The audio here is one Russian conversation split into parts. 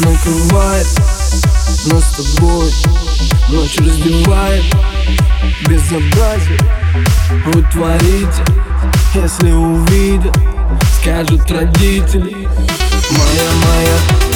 накрывает нас с тобой, ночь раздевает. Безобразие вы творите, если увидят, скажут родители. Моя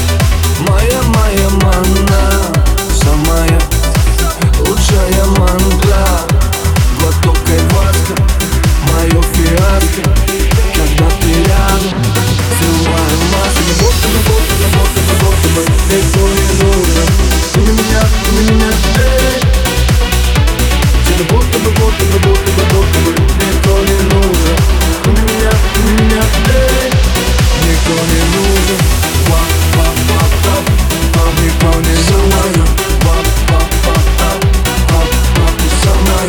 манна, самая лучшая мантра. Глоток айваска, мое фиаско, когда ты рядом, срываю маску. Будто бы никто не нужен. Ты на меня, эй. Тебе будто бы никто не нужен. Ты на меня, эй. Никто не нужен. Никто не нужен. Ты самая.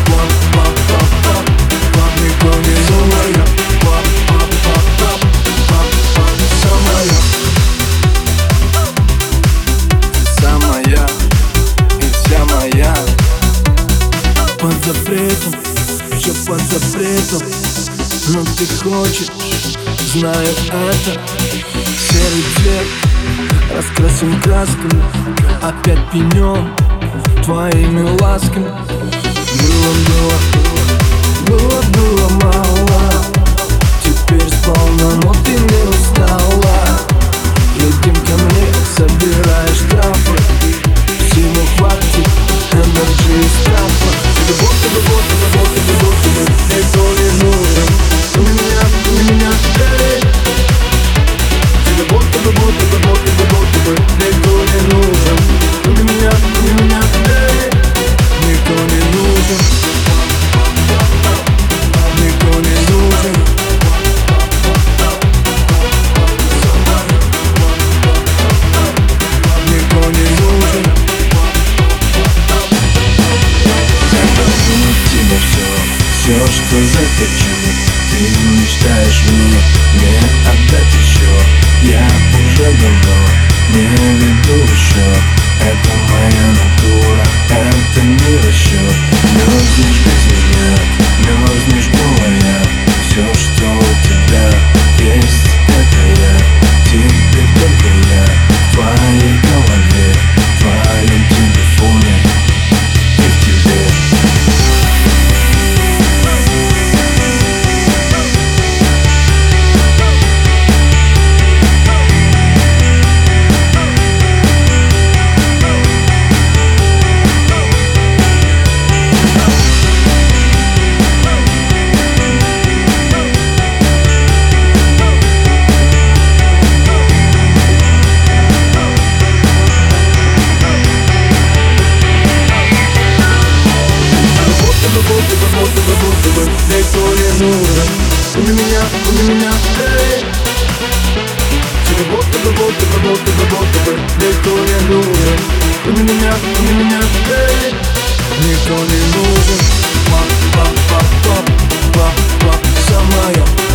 Никто не нужен. Самая и вся моя. Под запретом, все под запретом, но ты хочешь, знаю это. Серый цвет раскрасим красками, опять пенем твоими ласками. Было мало, теперь сполна, но ты не устала. Летим ко мне, собираешь трафы, всего хватит энерджи и страха. Тебе будто бы никто не нужен. Ты на меня, эй. Тебе будто бы никто не нужен. Ты на меня, эй. Никто не нужен. Никто не нужен. Никто не нужен. Тебе все, что захочу. Ты мечтаешь мне не отдать еще. Я уже давно не веду счет. Это моя натура, это не расчет. Мерзнешь без меня, мерзнешь голая. Все, что у тебя есть, это я. Теперь только я в твоей голове, в твоем телефоне и в тебе. Никто не нужен. Ты на меня, эй. Тебе будто бы никто не нужен. Ты на меня, эй. Никто не нужен. Самая.